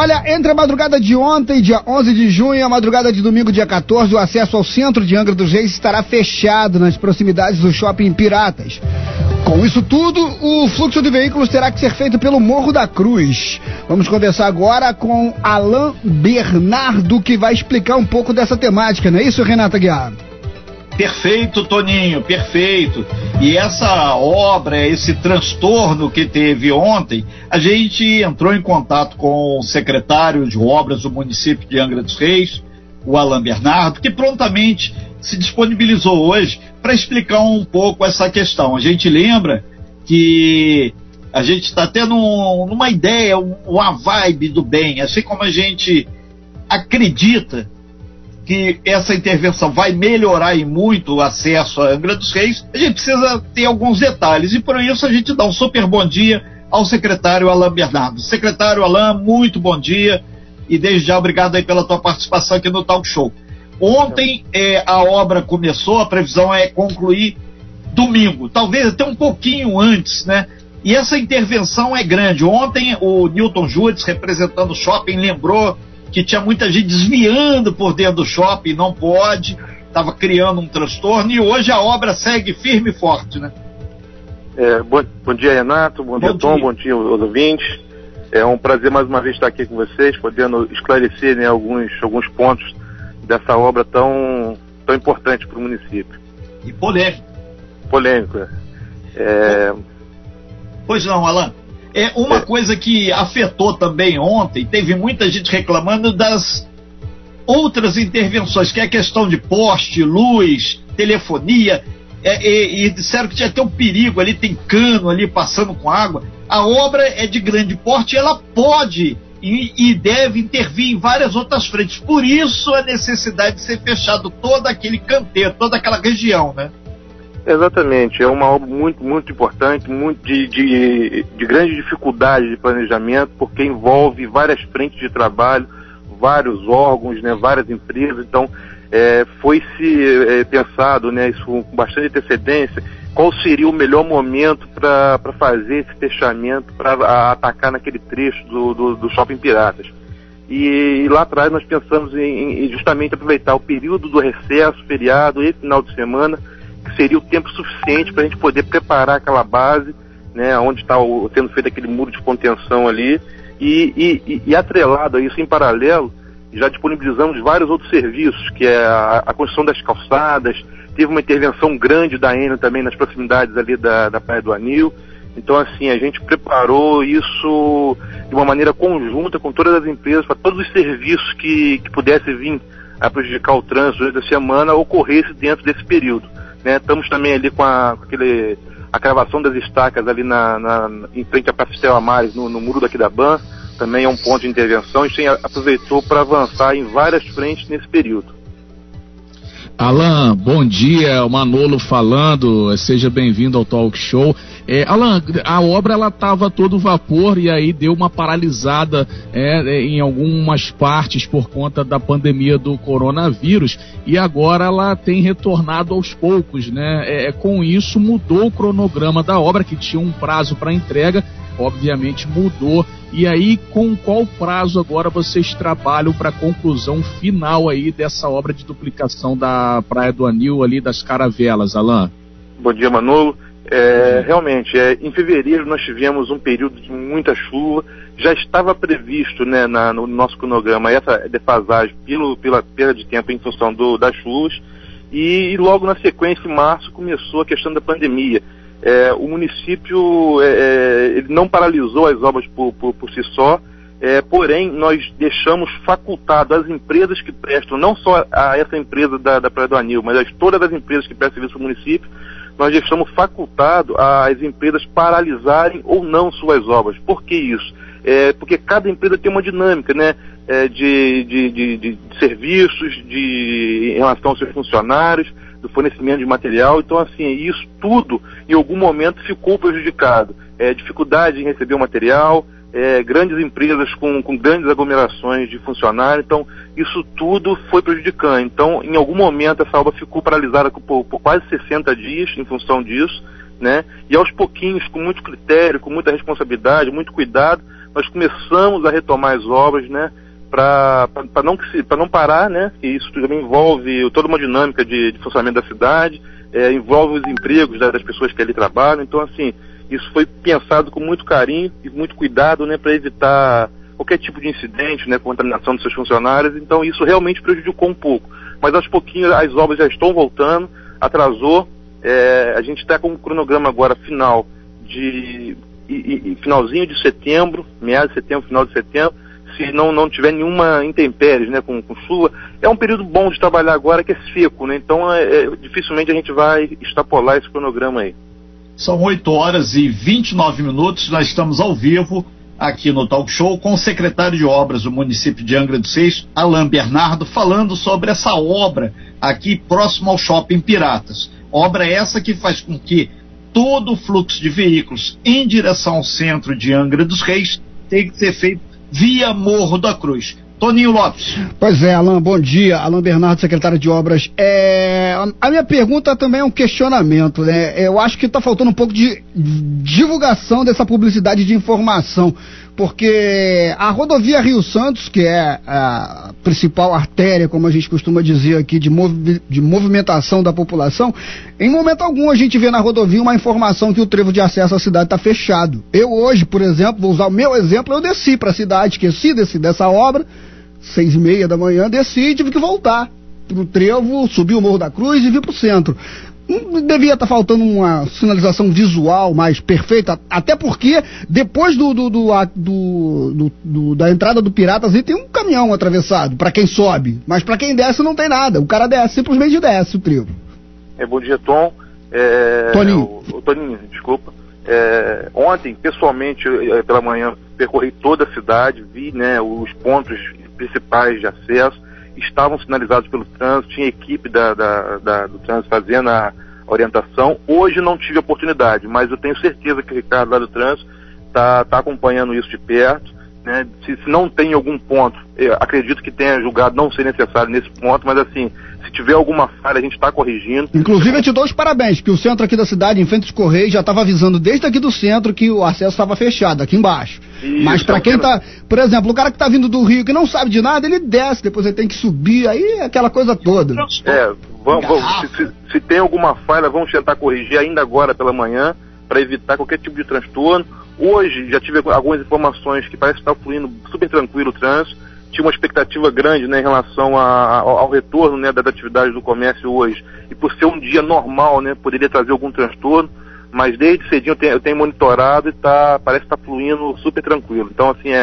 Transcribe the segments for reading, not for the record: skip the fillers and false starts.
Olha, entre a madrugada de ontem, dia 11 de junho, e a madrugada de domingo, dia 14, o acesso ao centro de Angra dos Reis estará fechado nas proximidades do Shopping Piratas. Com isso tudo, o fluxo de veículos terá que ser feito pelo Morro da Cruz. Vamos conversar agora com Alain Bernardo, que vai explicar um pouco dessa temática, não é isso, Renata Guiar? Perfeito, Toninho, perfeito. E essa obra, esse transtorno que teve ontem, a gente entrou em contato com o secretário de obras do município de Angra dos Reis, o Alain Bernardo, que prontamente se disponibilizou hoje para explicar um pouco essa questão. A gente lembra que a gente está tendo uma ideia, uma vibe do bem, assim como a gente acredita que essa intervenção vai melhorar e muito o acesso a Angra dos Reis, a gente precisa ter alguns detalhes, e por isso a gente dá um super bom dia ao secretário Alain Bernardo. Secretário Alain, muito bom dia, e desde já obrigado aí pela tua participação aqui no Talk Show. Ontem a obra começou, a previsão é concluir domingo, talvez até um pouquinho antes, né? E essa intervenção é grande. Ontem o Newton Judes, representando o shopping, lembrou que tinha muita gente desviando por dentro do shopping, não pode, estava criando um transtorno, e hoje a obra segue firme e forte, né? Bom dia, Renato, bom dia, Tom, bom dia aos ouvintes. É um prazer mais uma vez estar aqui com vocês, podendo esclarecer, né, alguns pontos dessa obra tão importante para o município. E polêmico. Polêmico, Pois não, Alain. Uma coisa que afetou também ontem, teve muita gente reclamando das outras intervenções, que é a questão de poste, luz, telefonia, e disseram que tinha até um perigo ali, tem cano ali passando com água. A obra é de grande porte, ela pode e deve intervir em várias outras frentes. Por isso a necessidade de ser fechado todo aquele canteiro, toda aquela região, né? Exatamente, é uma obra muito, muito importante, muito de grande dificuldade de planejamento, porque envolve várias frentes de trabalho, vários órgãos, né, várias empresas. Então foi-se pensado, né, isso com bastante antecedência, qual seria o melhor momento para fazer esse fechamento, para atacar naquele trecho do Shopping Piratas. E lá atrás nós pensamos em justamente aproveitar o período do recesso, feriado e final de semana, que seria o tempo suficiente para a gente poder preparar aquela base, né, onde está sendo feito aquele muro de contenção ali, e atrelado a isso, em paralelo, já disponibilizamos vários outros serviços, que é a construção das calçadas. Teve uma intervenção grande da Enel também nas proximidades ali da Praia do Anil. Então, assim, a gente preparou isso de uma maneira conjunta com todas as empresas, para todos os serviços que pudessem vir a prejudicar o trânsito durante a semana ocorresse dentro desse período, né? Estamos também ali com a cravação das estacas ali em frente à Praça Estela Maris, no muro daqui da BAN, também é um ponto de intervenção. A gente aproveitou para avançar em várias frentes nesse período. Alain, bom dia, o Manolo falando, seja bem-vindo ao Talk Show. Alain, a obra ela estava a todo vapor e aí deu uma paralisada em algumas partes por conta da pandemia do coronavírus, e agora ela tem retornado aos poucos, né? Com isso mudou o cronograma da obra, que tinha um prazo para entrega, obviamente mudou. E aí, com qual prazo agora vocês trabalham para a conclusão final aí dessa obra de duplicação da Praia do Anil, ali das Caravelas, Alain? Bom dia, Manolo. Realmente, em fevereiro nós tivemos um período de muita chuva, já estava previsto, né, no nosso cronograma essa defasagem pela perda de tempo em função das chuvas, e logo na sequência, em março, começou a questão da pandemia. O município ele não paralisou as obras por si só, porém nós deixamos facultado as empresas que prestam, não só a essa empresa da Praia do Anil, mas todas as empresas que prestam serviço ao município, nós deixamos facultado as empresas paralisarem ou não suas obras. Por que isso? Porque cada empresa tem uma dinâmica, né, de serviços, em relação aos seus funcionários, do fornecimento de material. Então, assim, isso tudo em algum momento ficou prejudicado. Dificuldade em receber o material, grandes empresas com grandes aglomerações de funcionários. Então, isso tudo foi prejudicando. Então, em algum momento essa obra ficou paralisada por quase 60 dias em função disso, né? E aos pouquinhos, com muito critério, com muita responsabilidade, muito cuidado, nós começamos a retomar as obras, né, para não parar, né, e isso também envolve toda uma dinâmica de funcionamento da cidade, envolve os empregos das pessoas que ali trabalham. Então, assim, isso foi pensado com muito carinho e muito cuidado, né, para evitar qualquer tipo de incidente, né, contaminação dos seus funcionários. Então, isso realmente prejudicou um pouco. Mas aos pouquinhos as obras já estão voltando, atrasou. A gente está com um cronograma agora final finalzinho de setembro, meados de setembro, final de setembro, se não tiver nenhuma intempéries, né, com chuva. É um período bom de trabalhar agora, que é seco, né, então dificilmente a gente vai extrapolar esse cronograma aí. São 8h29, nós estamos ao vivo aqui no Talk Show com o secretário de Obras do município de Angra dos Reis, Alain Bernardo, falando sobre essa obra aqui próximo ao Shopping Piratas. Obra essa que faz com que todo o fluxo de veículos em direção ao centro de Angra dos Reis tenha que ser feito via Morro da Cruz. Toninho Lopes. Pois é, Alain, bom dia. Alain Bernardo, secretário de Obras. A minha pergunta também é um questionamento, né? Eu acho que está faltando um pouco de divulgação dessa publicidade de informação, porque a rodovia Rio Santos, que é a principal artéria, como a gente costuma dizer aqui, de movimentação da população, em momento algum a gente vê na rodovia uma informação que o trevo de acesso à cidade está fechado. Eu hoje, por exemplo, vou usar o meu exemplo, eu desci para a cidade, esqueci dessa obra, 6h30 da manhã, desci e tive que voltar pro trevo, subi o Morro da Cruz e vir pro centro. Devia estar faltando uma sinalização visual mais perfeita, até porque depois da entrada do Piratas aí tem um caminhão atravessado, para quem sobe, mas para quem desce não tem nada, o cara desce, simplesmente desce o trevo. Bom dia, Tom. Toninho. Toninho, desculpa. Ontem, pessoalmente, pela manhã, percorri toda a cidade, vi, né, os pontos principais de acesso, estavam sinalizados pelo trânsito, tinha equipe do trânsito fazendo a orientação. Hoje não tive oportunidade, mas eu tenho certeza que o Ricardo lá do trânsito está acompanhando isso de perto, né? Se não tem algum ponto, acredito que tenha julgado não ser necessário nesse ponto, mas assim, se tiver alguma falha a gente está corrigindo. Inclusive eu te dou os parabéns, que o centro aqui da cidade, em frente aos Correios, já estava avisando desde aqui do centro que o acesso estava fechado, aqui embaixo. Isso, mas para quem tá, por exemplo, o cara que está vindo do Rio, que não sabe de nada, ele desce, depois ele tem que subir, aí é aquela coisa toda. Se tem alguma falha, vamos tentar corrigir ainda agora pela manhã, para evitar qualquer tipo de transtorno. Hoje já tive algumas informações que parece que está fluindo super tranquilo o trânsito. Tinha uma expectativa grande, né, em relação ao retorno, né, das atividades do comércio hoje. E por ser um dia normal, né, poderia trazer algum transtorno, mas desde cedinho eu tenho monitorado e parece que está fluindo super tranquilo. Então, assim,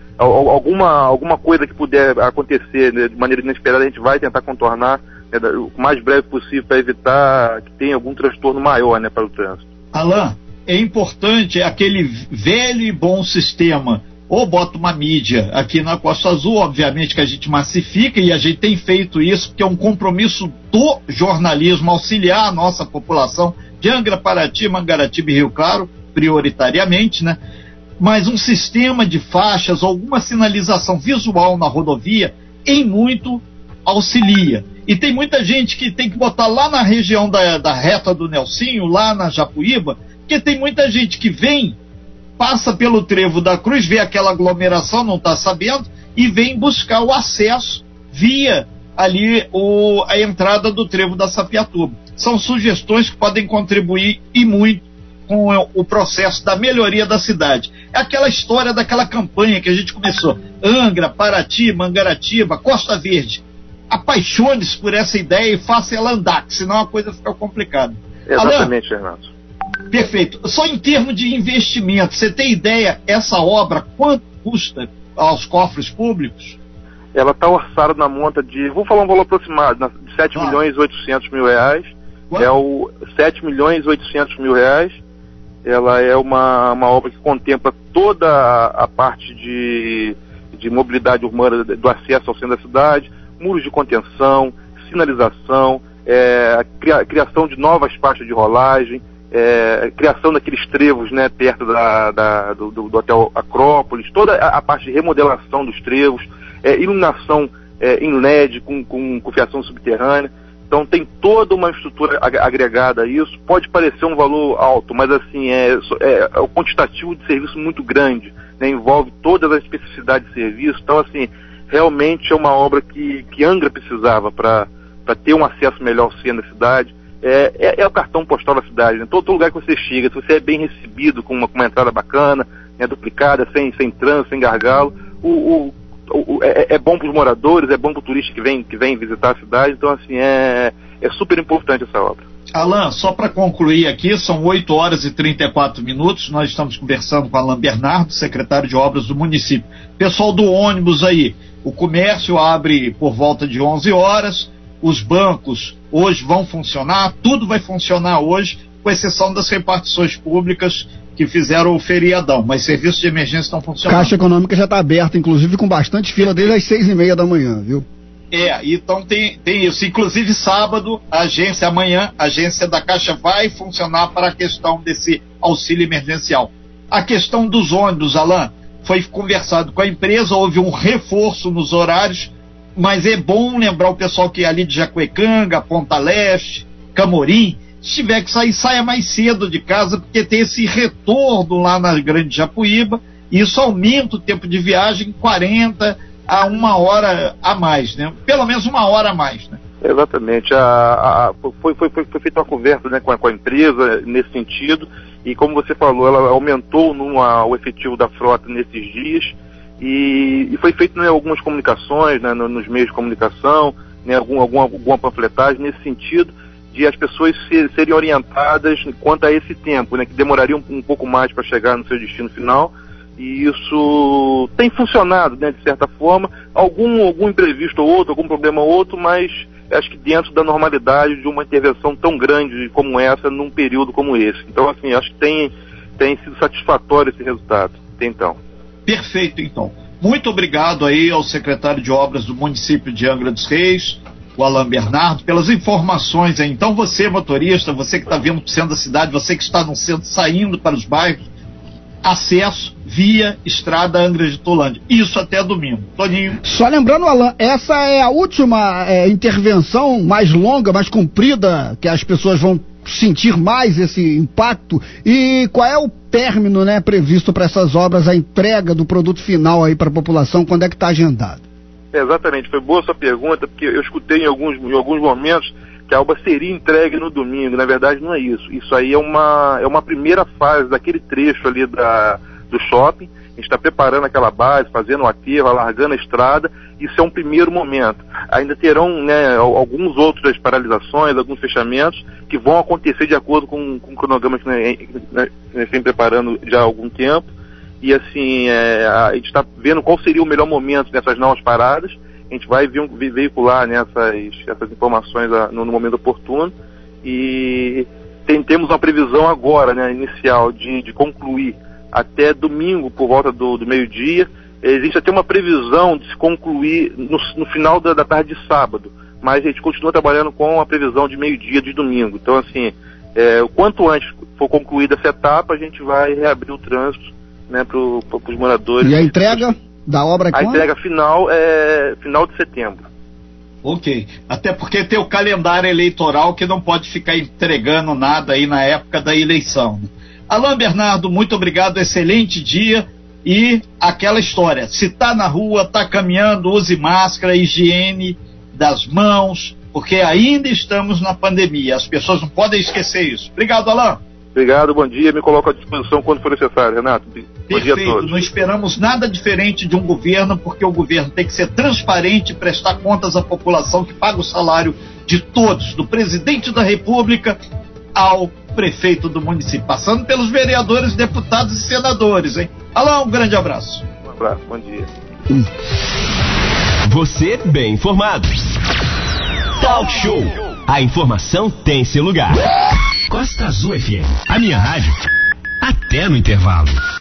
alguma coisa que puder acontecer, né, de maneira inesperada, a gente vai tentar contornar, né, o mais breve possível para evitar que tenha algum transtorno maior, né, para o trânsito. Alain, é importante aquele velho e bom sistema, ou bota uma mídia aqui na Costa Azul, obviamente que a gente massifica, e a gente tem feito isso, porque é um compromisso do jornalismo auxiliar a nossa população de Angra, Paraty, Mangaratiba e Rio Claro, prioritariamente, né? Mas um sistema de faixas, alguma sinalização visual na rodovia, em muito auxilia. E tem muita gente que tem que botar lá na região da reta do Nelsinho, lá na Japuíba, porque tem muita gente que vem, passa pelo trevo da Cruz, vê aquela aglomeração, não está sabendo, e vem buscar o acesso via ali a entrada do trevo da Sapiatuba. São sugestões que podem contribuir e muito com o processo da melhoria da cidade. É aquela história daquela campanha que a gente começou, Angra, Paraty, Mangaratiba, Costa Verde. Apaixone-se por essa ideia e faça ela andar, senão a coisa fica complicada. Exatamente, Renato. Perfeito. Só em termos de investimento, você tem ideia, essa obra, quanto custa aos cofres públicos? Ela está orçada na monta de, vou falar um valor aproximado, de 7 milhões e 800 mil reais. Quanto? É o 7 milhões e 800 mil reais. Ela é uma obra que contempla toda a parte de mobilidade urbana, do acesso ao centro da cidade, muros de contenção, sinalização, criação de novas faixas de rolagem, criação daqueles trevos, né, perto do Hotel Acrópolis, toda a parte de remodelação dos trevos, iluminação em LED com fiação subterrânea. Então tem toda uma estrutura agregada a isso. Pode parecer um valor alto, mas assim é um quantitativo de serviço muito grande, né, envolve todas as especificidades de serviço. Então, assim, realmente é uma obra que Angra precisava para ter um acesso melhor ao centro da cidade. É o cartão postal da cidade, né? Todo lugar que você chega, se você é bem recebido com uma entrada bacana, né, duplicada, sem trânsito, sem gargalo, é bom para os moradores, é bom para o turista que vem visitar a cidade. Então, assim, é super importante essa obra. Alan, só para concluir aqui, são 8 horas e 34 minutos, nós estamos conversando com Alan Bernardo, secretário de Obras do município. Pessoal do ônibus aí, o comércio abre por volta de 11 horas, os bancos hoje vão funcionar, tudo vai funcionar hoje, com exceção das repartições públicas que fizeram o feriadão, mas serviços de emergência estão funcionando. Caixa Econômica já está aberta, inclusive com bastante fila desde as 6:30 da manhã, viu? Então tem isso. Inclusive sábado, amanhã, a agência da Caixa vai funcionar para a questão desse auxílio emergencial. A questão dos ônibus, Alan, foi conversado com a empresa, houve um reforço nos horários, mas é bom lembrar o pessoal que é ali de Jacuecanga, Ponta Leste, Camorim, se tiver que sair, saia mais cedo de casa, porque tem esse retorno lá na Grande Japuíba, e isso aumenta o tempo de viagem 40 a 1 hora a mais, né? Pelo menos 1 hora a mais, né? Exatamente. Foi feita uma conversa, né, com a empresa nesse sentido, e como você falou, ela aumentou o efetivo da frota nesses dias, e foi feito, né, algumas comunicações, né, nos meios de comunicação, né, alguma panfletagem nesse sentido, de as pessoas serem orientadas quanto a esse tempo, né, que demoraria um pouco mais para chegar no seu destino final. E isso tem funcionado, né, de certa forma, algum imprevisto ou outro, algum problema ou outro, mas acho que dentro da normalidade de uma intervenção tão grande como essa, num período como esse. Então, assim, acho que tem sido satisfatório esse resultado, então. Perfeito, então. Muito obrigado aí ao secretário de Obras do município de Angra dos Reis, o Alan Bernardo, pelas informações aí. Então, você, motorista, você que está vindo para o centro da cidade, você que está no centro, saindo para os bairros, acesso via estrada Angra de Tolândia. Isso até domingo. Toninho. Só lembrando, Alan, essa é a última intervenção mais longa, mais comprida, que as pessoas vão sentir mais esse impacto. E qual é o término, né, previsto para essas obras, a entrega do produto final aí para a população? Quando é que está agendado? Exatamente, foi boa a sua pergunta, porque eu escutei em alguns momentos que a obra seria entregue no domingo. Na verdade não é isso. Isso aí é uma primeira fase daquele trecho ali do shopping. A gente está preparando aquela base, fazendo o aterro, alargando a estrada. Isso é um primeiro momento. Ainda terão, né, alguns outras paralisações, alguns fechamentos que vão acontecer de acordo com o cronograma que nós vem preparando já há algum tempo. E assim, a gente está vendo qual seria o melhor momento nessas novas paradas. A gente vai veicular, né, essas informações no momento oportuno, e temos uma previsão agora, né, inicial de concluir até domingo por volta do meio-dia. Existe até uma previsão de se concluir no final da tarde de sábado, mas a gente continua trabalhando com a previsão de meio-dia de domingo. Então, assim, o quanto antes for concluída essa etapa, a gente vai reabrir o trânsito, né, para os moradores. E a entrega da obra aqui? A entrega final é final de setembro. Ok. Até porque tem o calendário eleitoral que não pode ficar entregando nada aí na época da eleição. Alan Bernardo, muito obrigado, excelente dia. E aquela história, se tá na rua, tá caminhando, use máscara, higiene das mãos, porque ainda estamos na pandemia. As pessoas não podem esquecer isso. Obrigado, Alan. Obrigado, bom dia, me coloco à disposição quando for necessário, Renato. Bom dia a todos. Não esperamos nada diferente de um governo, porque o governo tem que ser transparente e prestar contas à população que paga o salário de todos, do presidente da República ao prefeito do município, passando pelos vereadores, deputados e senadores, hein? Alô, um grande abraço. Um abraço, bom dia. Você bem informado. Talk Show. A informação tem seu lugar. Costa Azul FM, a minha rádio, até no intervalo.